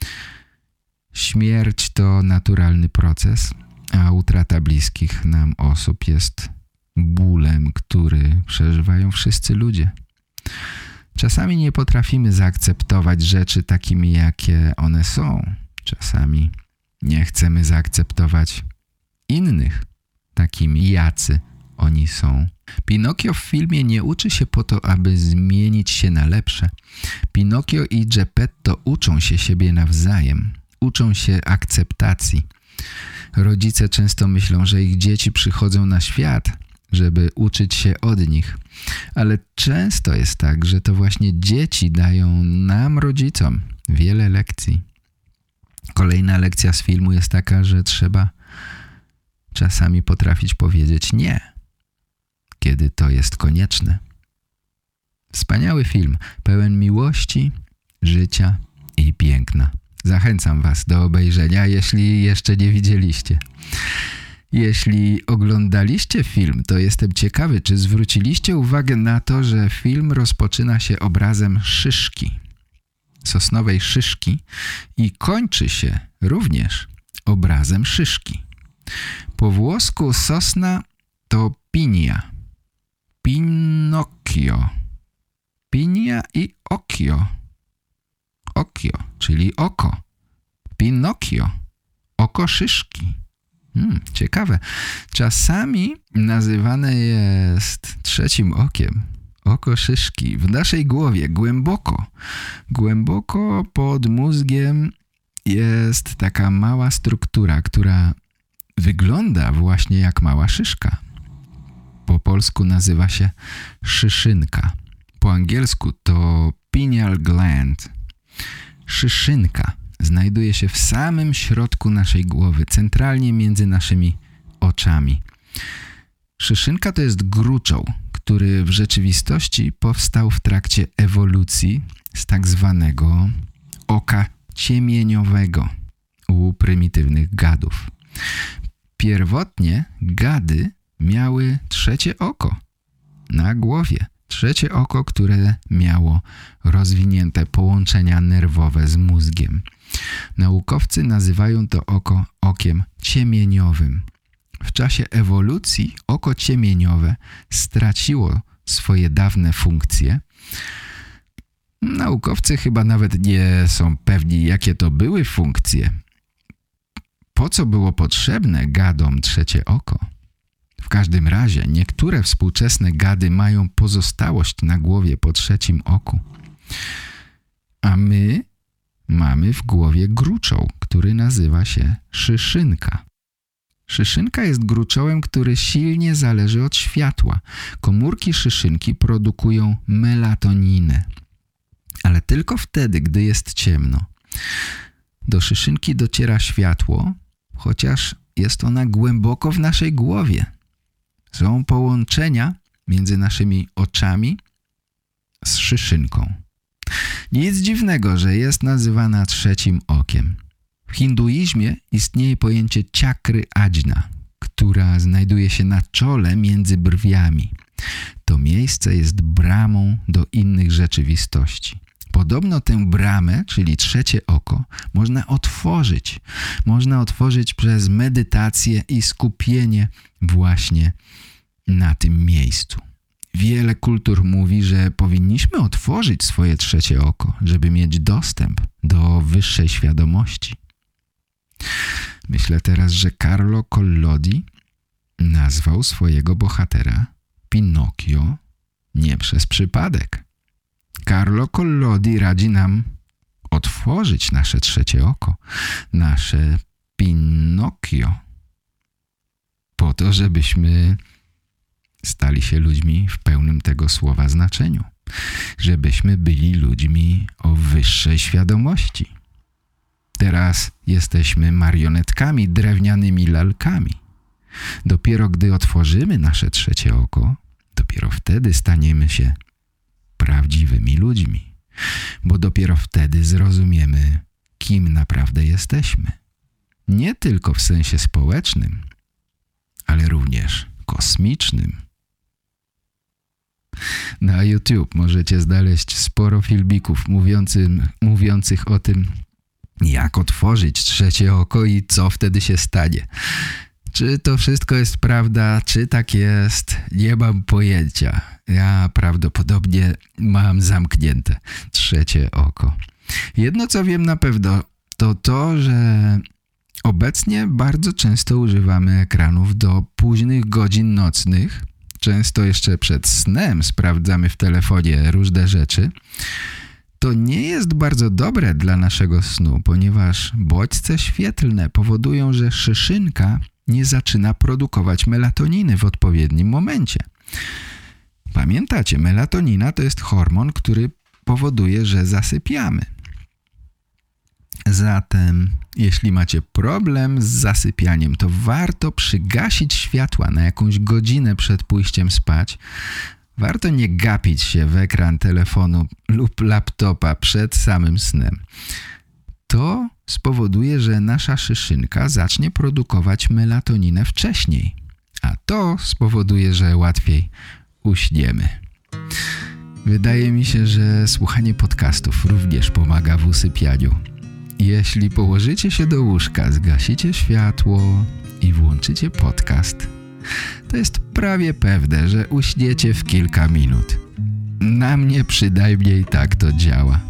Śmierć to naturalny proces, a utrata bliskich nam osób jest bólem, który przeżywają wszyscy ludzie. Czasami nie potrafimy zaakceptować rzeczy takimi, jakie one są. Czasami nie chcemy zaakceptować innych takimi, jacy oni są. Pinokio w filmie nie uczy się po to, aby zmienić się na lepsze. Pinokio i Geppetto uczą się siebie nawzajem. Uczą się akceptacji. Rodzice często myślą, że ich dzieci przychodzą na świat, żeby uczyć się od nich. Ale często jest tak, że to właśnie dzieci dają nam, rodzicom, wiele lekcji. Kolejna lekcja z filmu jest taka, że trzeba czasami potrafić powiedzieć nie, kiedy to jest konieczne. Wspaniały film, pełen miłości, życia i piękna. Zachęcam Was do obejrzenia, jeśli jeszcze nie widzieliście. Jeśli oglądaliście film, to jestem ciekawy, czy zwróciliście uwagę na to, że film rozpoczyna się obrazem szyszki, sosnowej szyszki i kończy się również obrazem szyszki. Po włosku sosna to pinia, Pinocchio, pinia i occhio, occhio, czyli oko, Pinocchio, oko szyszki. Hmm, ciekawe. Czasami nazywane jest trzecim okiem, oko szyszki. W naszej głowie głęboko, głęboko pod mózgiem jest taka mała struktura, która wygląda właśnie jak mała szyszka. Po polsku nazywa się szyszynka. Po angielsku to pineal gland. Szyszynka znajduje się w samym środku naszej głowy, centralnie między naszymi oczami. Szyszynka to jest gruczoł, który w rzeczywistości powstał w trakcie ewolucji z tak zwanego oka ciemieniowego u prymitywnych gadów. Pierwotnie gady miały trzecie oko na głowie. Trzecie oko, które miało rozwinięte połączenia nerwowe z mózgiem. Naukowcy nazywają to oko okiem ciemieniowym. W czasie ewolucji oko ciemieniowe straciło swoje dawne funkcje. Naukowcy chyba nawet nie są pewni, jakie to były funkcje. Po co było potrzebne gadom trzecie oko? W każdym razie niektóre współczesne gady mają pozostałość na głowie po trzecim oku. A my mamy w głowie gruczoł, który nazywa się szyszynka. Szyszynka jest gruczołem, który silnie zależy od światła. Komórki szyszynki produkują melatoninę, ale tylko wtedy, gdy jest ciemno. Do szyszynki dociera światło, chociaż jest ona głęboko w naszej głowie. Są połączenia między naszymi oczami z szyszynką. Nic dziwnego, że jest nazywana trzecim okiem. W hinduizmie istnieje pojęcie czakry ajna, która znajduje się na czole między brwiami. To miejsce jest bramą do innych rzeczywistości. Podobno tę bramę, czyli trzecie oko, można otworzyć. Można otworzyć przez medytację i skupienie właśnie na tym miejscu. Wiele kultur mówi, że powinniśmy otworzyć swoje trzecie oko, żeby mieć dostęp do wyższej świadomości. Myślę teraz, że Carlo Collodi nazwał swojego bohatera Pinokio nie przez przypadek. Carlo Collodi radzi nam otworzyć nasze trzecie oko, nasze Pinokio, po to, żebyśmy stali się ludźmi w pełnym tego słowa znaczeniu, żebyśmy byli ludźmi o wyższej świadomości. Teraz jesteśmy marionetkami, drewnianymi lalkami. Dopiero gdy otworzymy nasze trzecie oko, dopiero wtedy staniemy się prawdziwymi ludźmi, bo dopiero wtedy zrozumiemy, kim naprawdę jesteśmy. Nie tylko w sensie społecznym, ale również kosmicznym. Na YouTube możecie znaleźć sporo filmików mówiącym, mówiących o tym, jak otworzyć trzecie oko i co wtedy się stanie. Czy to wszystko jest prawda, czy tak jest, nie mam pojęcia. Ja prawdopodobnie mam zamknięte trzecie oko. Jedno, co wiem na pewno, to to, że obecnie bardzo często używamy ekranów do późnych godzin nocnych. Często jeszcze przed snem sprawdzamy w telefonie różne rzeczy. To nie jest bardzo dobre dla naszego snu, ponieważ bodźce świetlne powodują, że szyszynka nie zaczyna produkować melatoniny w odpowiednim momencie. Pamiętacie, melatonina to jest hormon, który powoduje, że zasypiamy. Zatem, jeśli macie problem z zasypianiem, to warto przygasić światła na jakąś godzinę przed pójściem spać. Warto nie gapić się w ekran telefonu lub laptopa przed samym snem. To spowoduje, że nasza szyszynka zacznie produkować melatoninę wcześniej, a to spowoduje, że łatwiej uśniemy. Wydaje mi się, że słuchanie podcastów również pomaga w usypianiu. Jeśli położycie się do łóżka, zgasicie światło i włączycie podcast, to jest prawie pewne, że uśniecie w kilka minut. Na mnie przynajmniej tak to działa.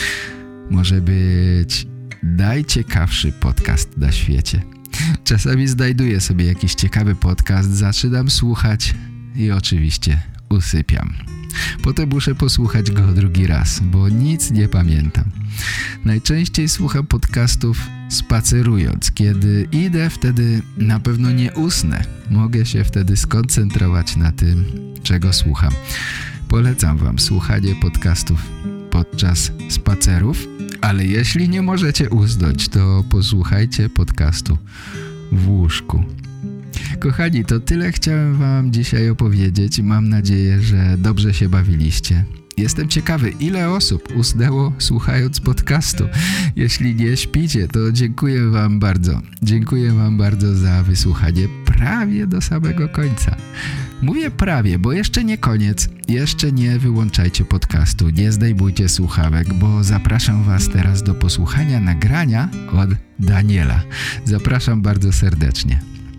Może być najciekawszy podcast na świecie. Czasami znajduję sobie jakiś ciekawy podcast, zaczynam słuchać i oczywiście usypiam. Potem muszę posłuchać go drugi raz, bo nic nie pamiętam. Najczęściej słucham podcastów spacerując. Kiedy idę, wtedy na pewno nie usnę. Mogę się wtedy skoncentrować na tym, czego słucham. Polecam wam słuchanie podcastów podczas spacerów, ale jeśli nie możecie usnąć, to posłuchajcie podcastu w łóżku. Kochani, to tyle chciałem wam dzisiaj opowiedzieć. Mam nadzieję, że dobrze się bawiliście. Jestem ciekawy, ile osób usnęło słuchając podcastu. Jeśli nie śpicie, to dziękuję wam bardzo. Dziękuję wam bardzo za wysłuchanie prawie do samego końca. Mówię prawie, bo jeszcze nie koniec. Jeszcze nie wyłączajcie podcastu, nie zdejmujcie słuchawek, bo zapraszam was teraz do posłuchania nagrania od Daniela. Zapraszam bardzo serdecznie.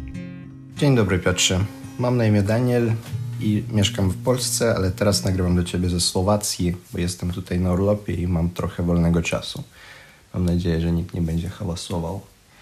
Dzień dobry, Piotrze. Mam na imię Daniel i mieszkam w Polsce, ale teraz nagrywam do ciebie ze Słowacji, bo jestem tutaj na urlopie i mam trochę wolnego czasu. Mam nadzieję, że nikt nie będzie hałasował.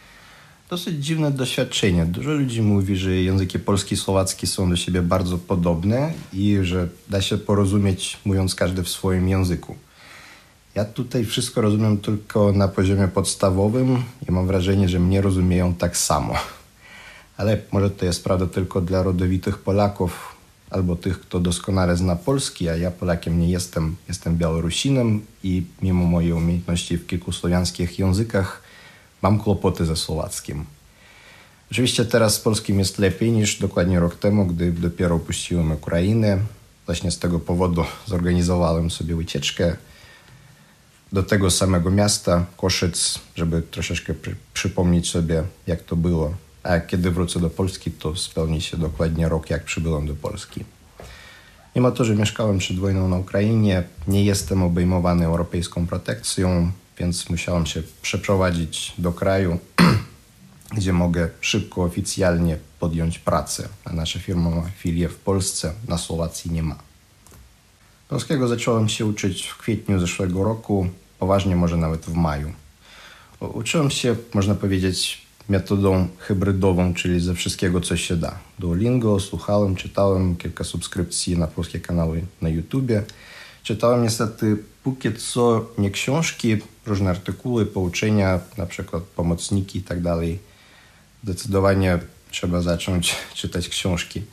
Dosyć dziwne doświadczenie. Dużo ludzi mówi, że języki polski i słowacki są do siebie bardzo podobne i że da się porozumieć, mówiąc każdy w swoim języku. Ja tutaj wszystko rozumiem tylko na poziomie podstawowym i mam wrażenie, że mnie rozumieją tak samo. Ale może to jest prawda tylko dla rodowitych Polaków albo tych, kto doskonale zna polski, a ja Polakiem nie jestem. Jestem Białorusinem i mimo mojej umiejętności w kilku słowiańskich językach mam kłopoty ze słowackim. Oczywiście teraz z polskim jest lepiej niż dokładnie rok temu, gdy dopiero opuściłem Ukrainę. Właśnie z tego powodu zorganizowałem sobie wycieczkę. do tego samego miasta, Koszyc, żeby troszeczkę przy, przypomnieć sobie, jak to było. A kiedy wrócę do Polski, to spełni się dokładnie rok, jak przybyłem do Polski. Mimo to, że mieszkałem przed wojną na Ukrainie, nie jestem obejmowany europejską protekcją, więc musiałem się przeprowadzić do kraju, gdzie mogę szybko, oficjalnie podjąć pracę, a nasza firma ma filię w Polsce, na Słowacji nie ma. Polskiego zacząłem się uczyć w kwietniu zeszłego roku, poważnie może nawet w maju. Uczyłem się, można powiedzieć, metodą hybrydową, czyli ze wszystkiego, co się da. Duolingo, słuchałem, czytałem kilka subskrypcji na polskie kanały na YouTubie. Czytałem niestety póki co nie książki, różne artykuły, pouczenia, na przykład pomocniki i tak dalej. Zdecydowanie trzeba zacząć czytać książki.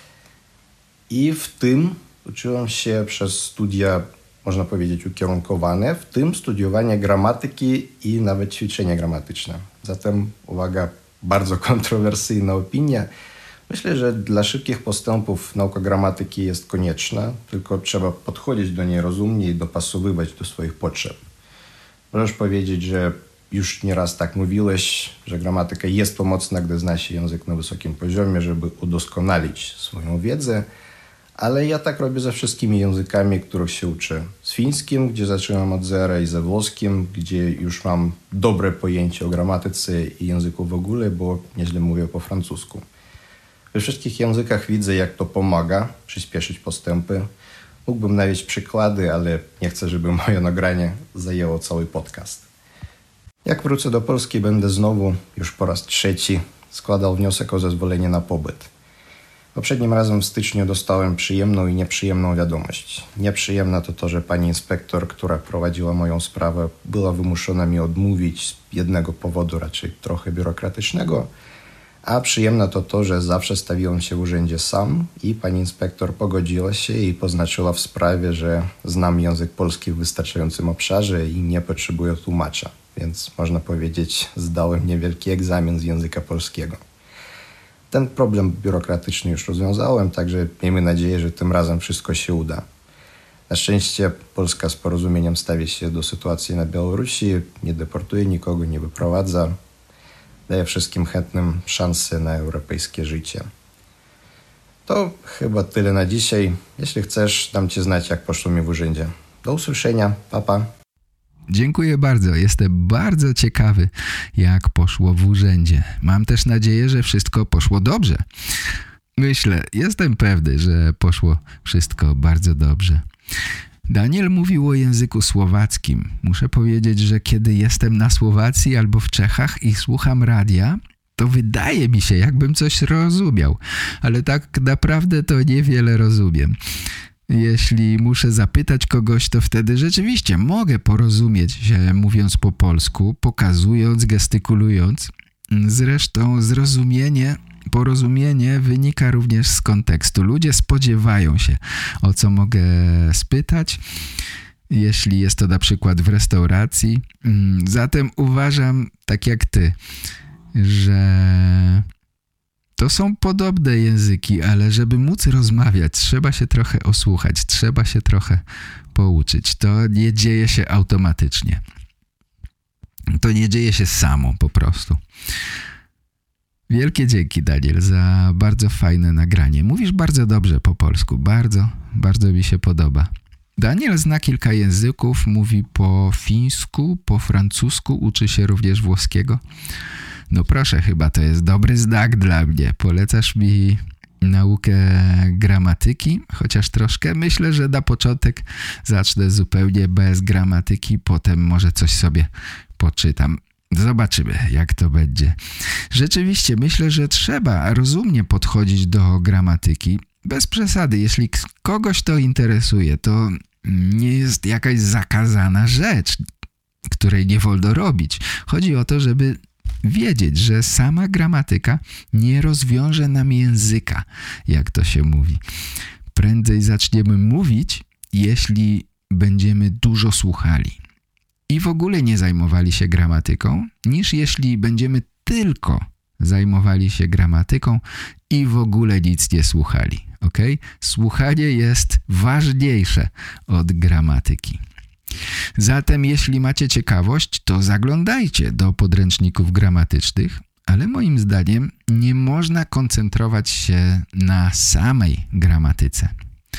I w tym uczyłem się przez studia, można powiedzieć, ukierunkowane, w tym studiowanie gramatyki i nawet ćwiczenia gramatyczne. Zatem, uwaga, bardzo kontrowersyjna opinia. Myślę, że dla szybkich postępów nauka gramatyki jest konieczna, tylko trzeba podchodzić do niej rozumnie i dopasowywać do swoich potrzeb. Możesz powiedzieć, że już nieraz tak mówiłeś, że gramatyka jest pomocna, gdy zna się język na wysokim poziomie, żeby udoskonalić swoją wiedzę, ale ja tak robię ze wszystkimi językami, których się uczę. Z fińskim, gdzie zaczynam od zera, i ze włoskim, gdzie już mam dobre pojęcie o gramatyce i języku w ogóle, bo nieźle mówię po francusku. We wszystkich językach widzę, jak to pomaga przyspieszyć postępy. Mógłbym nawieść przykłady, ale nie chcę, żeby moje nagranie zajęło cały podcast. Jak wrócę do Polski, będę znowu, już po raz trzeci, składał wniosek o zezwolenie na pobyt. Poprzednim razem w styczniu dostałem przyjemną i nieprzyjemną wiadomość. Nieprzyjemna to to, że pani inspektor, która prowadziła moją sprawę, była wymuszona mi odmówić z jednego powodu, raczej trochę biurokratycznego, a przyjemna to to, że zawsze stawiłem się w urzędzie sam i pani inspektor pogodziła się i poznaczyła w sprawie, że znam język polski w wystarczającym obszarze i nie potrzebuję tłumacza, więc można powiedzieć, zdałem niewielki egzamin z języka polskiego. Ten problem biurokratyczny już rozwiązałem, także miejmy nadzieję, że tym razem wszystko się uda. Na szczęście Polska z porozumieniem stawi się do sytuacji na Białorusi, nie deportuje nikogo, nie wyprowadza, daje wszystkim chętnym szansę na europejskie życie. To chyba tyle na dzisiaj. Jeśli chcesz, dam ci znać, jak poszło mi w urzędzie. Do usłyszenia. Pa, pa. Dziękuję bardzo. Jestem bardzo ciekawy, jak poszło w urzędzie. Mam też nadzieję, że wszystko poszło dobrze. Myślę, jestem pewny, że poszło wszystko bardzo dobrze. Daniel mówił o języku słowackim. Muszę powiedzieć, że kiedy jestem na Słowacji albo w Czechach i słucham radia, to wydaje mi się, jakbym coś rozumiał. Ale tak naprawdę to niewiele rozumiem. Jeśli muszę zapytać kogoś, to wtedy rzeczywiście mogę porozumieć się, mówiąc po polsku, pokazując, gestykulując. Zresztą zrozumienie, porozumienie wynika również z kontekstu. Ludzie spodziewają się, o co mogę spytać, jeśli jest to na przykład w restauracji. Zatem uważam, tak jak ty, że to są podobne języki, ale żeby móc rozmawiać, trzeba się trochę osłuchać, trzeba się trochę pouczyć. To nie dzieje się automatycznie. To nie dzieje się samo po prostu. Wielkie dzięki, Daniel, za bardzo fajne nagranie. Mówisz bardzo dobrze po polsku. Bardzo, bardzo mi się podoba. Daniel zna kilka języków, mówi po fińsku, po francusku, uczy się również włoskiego. No proszę, chyba to jest dobry znak dla mnie. Polecasz mi naukę gramatyki, chociaż troszkę. Myślę, że na początek zacznę zupełnie bez gramatyki, potem może coś sobie poczytam. Zobaczymy, jak to będzie. Rzeczywiście myślę, że trzeba rozumnie podchodzić do gramatyki. Bez przesady, jeśli kogoś to interesuje, to nie jest jakaś zakazana rzecz, której nie wolno robić. Chodzi o to, żeby wiedzieć, że sama gramatyka nie rozwiąże nam języka, jak to się mówi. Prędzej zaczniemy mówić, jeśli będziemy dużo słuchali i w ogóle nie zajmowali się gramatyką, niż jeśli będziemy tylko zajmowali się gramatyką i w ogóle nic nie słuchali. Okay? Słuchanie jest ważniejsze od gramatyki. Zatem jeśli macie ciekawość, to zaglądajcie do podręczników gramatycznych, ale moim zdaniem nie można koncentrować się na samej gramatyce.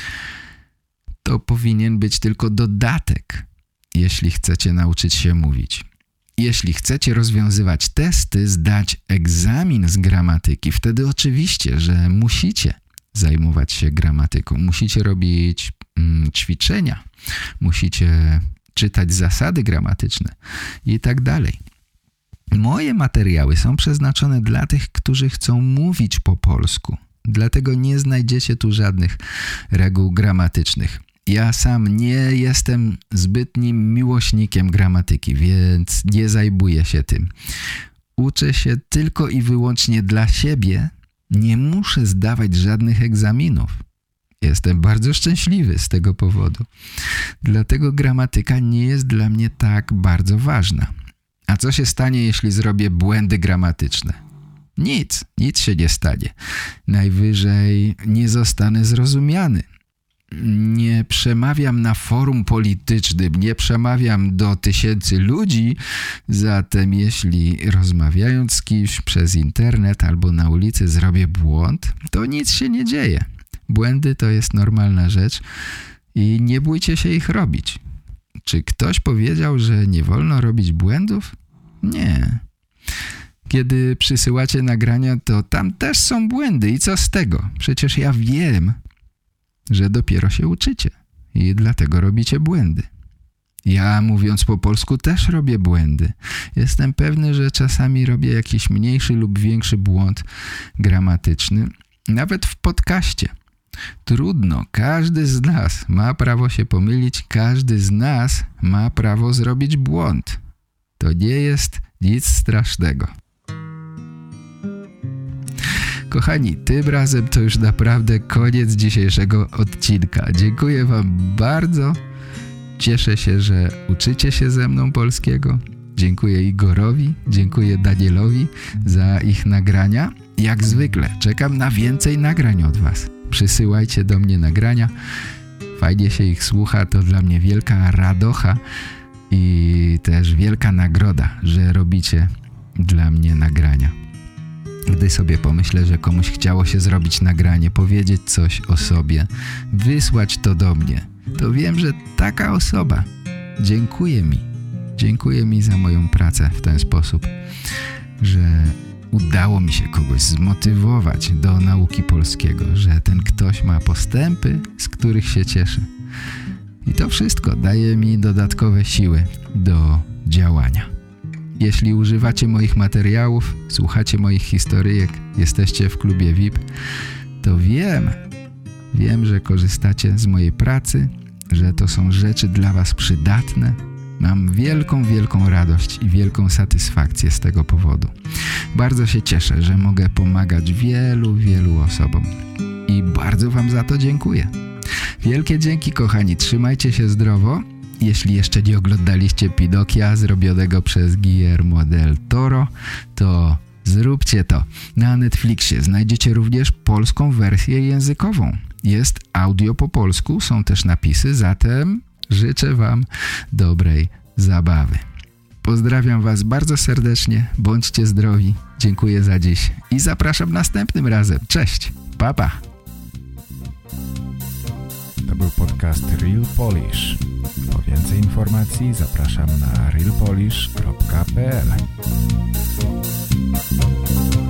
To powinien być tylko dodatek, jeśli chcecie nauczyć się mówić. Jeśli chcecie rozwiązywać testy, zdać egzamin z gramatyki, wtedy oczywiście, że musicie zajmować się gramatyką. Musicie robić mm, ćwiczenia, musicie czytać zasady gramatyczne i tak dalej. Moje materiały są przeznaczone dla tych, którzy chcą mówić po polsku. Dlatego nie znajdziecie tu żadnych reguł gramatycznych. Ja sam nie jestem zbytnim miłośnikiem gramatyki, więc nie zajmuję się tym. Uczę się tylko i wyłącznie dla siebie. Nie muszę zdawać żadnych egzaminów. Jestem bardzo szczęśliwy z tego powodu. Dlatego gramatyka nie jest dla mnie tak bardzo ważna. A co się stanie, jeśli zrobię błędy gramatyczne? Nic, nic się nie stanie. Najwyżej nie zostanę zrozumiany. Nie przemawiam na forum politycznym, nie przemawiam do tysięcy ludzi, zatem jeśli rozmawiając z kimś przez internet albo na ulicy zrobię błąd, to nic się nie dzieje. Błędy to jest normalna rzecz i nie bójcie się ich robić. Czy ktoś powiedział, że nie wolno robić błędów? Nie. Kiedy przysyłacie nagrania, to tam też są błędy i co z tego? Przecież ja wiem, że dopiero się uczycie i dlatego robicie błędy. Ja, mówiąc po polsku, też robię błędy. Jestem pewny, że czasami robię jakiś mniejszy lub większy błąd gramatyczny, nawet w podcaście. Trudno, każdy z nas ma prawo się pomylić, każdy z nas ma prawo zrobić błąd. To nie jest nic strasznego. Kochani, tym razem to już naprawdę koniec dzisiejszego odcinka. Dziękuję wam bardzo. Cieszę się, że uczycie się ze mną polskiego. Dziękuję Igorowi, dziękuję Danielowi za ich nagrania. Jak zwykle czekam na więcej nagrań od was. Przysyłajcie do mnie nagrania. Fajnie się ich słucha, to dla mnie wielka radocha i też wielka nagroda, że robicie dla mnie nagrania. Gdy sobie pomyślę, że komuś chciało się zrobić nagranie, powiedzieć coś o sobie, wysłać to do mnie, to wiem, że taka osoba dziękuję mi. Dziękuję mi za moją pracę w ten sposób, że udało mi się kogoś zmotywować do nauki polskiego, że ten ktoś ma postępy, z których się cieszę. I to wszystko daje mi dodatkowe siły do działania. Jeśli używacie moich materiałów, słuchacie moich historyjek, jesteście w klubie V I P, to wiem, wiem, że korzystacie z mojej pracy, że to są rzeczy dla was przydatne. Mam wielką, wielką radość i wielką satysfakcję z tego powodu. Bardzo się cieszę, że mogę pomagać wielu, wielu osobom. I bardzo wam za to dziękuję. Wielkie dzięki, kochani. Trzymajcie się zdrowo. Jeśli jeszcze nie oglądaliście Pinokia zrobionego przez Guillermo del Toro, to zróbcie to. Na Netflixie znajdziecie również polską wersję językową. Jest audio po polsku, są też napisy, zatem życzę wam dobrej zabawy. Pozdrawiam was bardzo serdecznie, bądźcie zdrowi, dziękuję za dziś i zapraszam następnym razem. Cześć, pa pa! To był podcast Real Polish. Po więcej informacji zapraszam na real polish kropka p l.